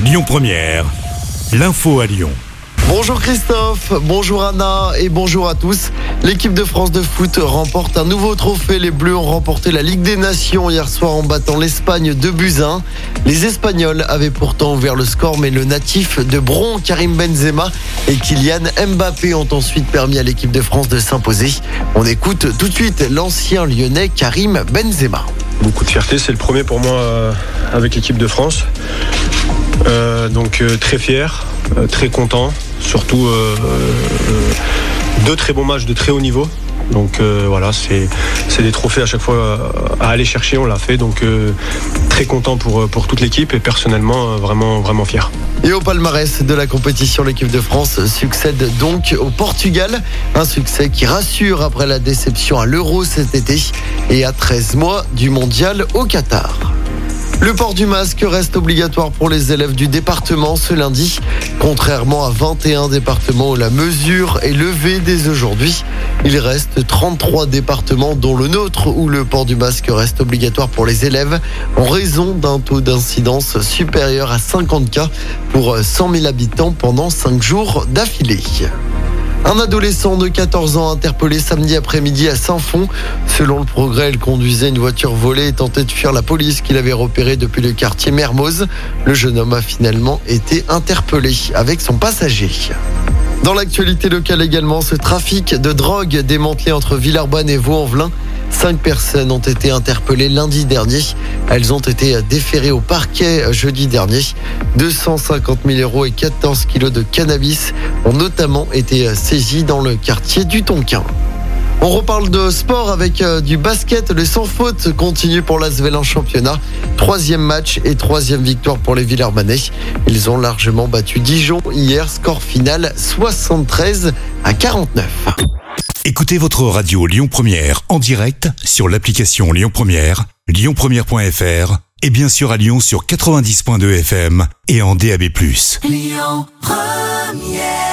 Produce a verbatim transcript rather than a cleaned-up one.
Lyon Première, l'info à Lyon. Bonjour Christophe, bonjour Anna et bonjour à tous. L'équipe de France de foot remporte un nouveau trophée. Les Bleus ont remporté la Ligue des Nations hier soir en battant l'Espagne deux buts à un. Les Espagnols avaient pourtant ouvert le score, mais le natif de Bron, Karim Benzema et Kylian Mbappé ont ensuite permis à l'équipe de France de s'imposer. On écoute tout de suite l'ancien Lyonnais Karim Benzema. Beaucoup de fierté, c'est le premier pour moi euh, avec l'équipe de France. Euh, donc euh, très fier, euh, très content, surtout euh, euh, deux très bons matchs de très haut niveau. Donc euh, voilà, c'est, c'est des trophées à chaque fois à aller chercher, on l'a fait. Donc euh, très content pour, pour toute l'équipe et personnellement vraiment, vraiment fier. Et au palmarès de la compétition, l'équipe de France succède donc au Portugal. Un succès qui rassure après la déception à l'Euro cet été et à treize mois du mondial au Qatar. Le port du masque reste obligatoire pour les élèves du département ce lundi, contrairement à vingt et un départements où la mesure est levée dès aujourd'hui. Il reste trente-trois départements, dont le nôtre, où le port du masque reste obligatoire pour les élèves en raison d'un taux d'incidence supérieur à cinquante cas pour cent mille habitants pendant cinq jours d'affilée. Un adolescent de quatorze ans interpellé samedi après-midi à Saint-Fond. Selon le Progrès, il conduisait une voiture volée et tentait de fuir la police qu'il avait repérée depuis le quartier Mermoz. Le jeune homme a finalement été interpellé avec son passager. Dans l'actualité locale également, ce trafic de drogue démantelé entre Villeurbanne et Vaux-en-Velin. Cinq personnes ont été interpellées lundi dernier. Elles ont été déférées au parquet jeudi dernier. deux cent cinquante mille euros et quatorze kilos de cannabis ont notamment été saisis dans le quartier du Tonkin. On reparle de sport avec du basket. Le sans faute continue pour l'Asvel en championnat. Troisième match et troisième victoire pour les Villeurbanais. Ils ont largement battu Dijon hier. Score final soixante-treize à quarante-neuf. Écoutez votre radio Lyon Première en direct sur l'application Lyon Première, lyon première point f r et bien sûr à Lyon sur quatre-vingt-dix virgule deux F M et en D A B plus. Lyon Première.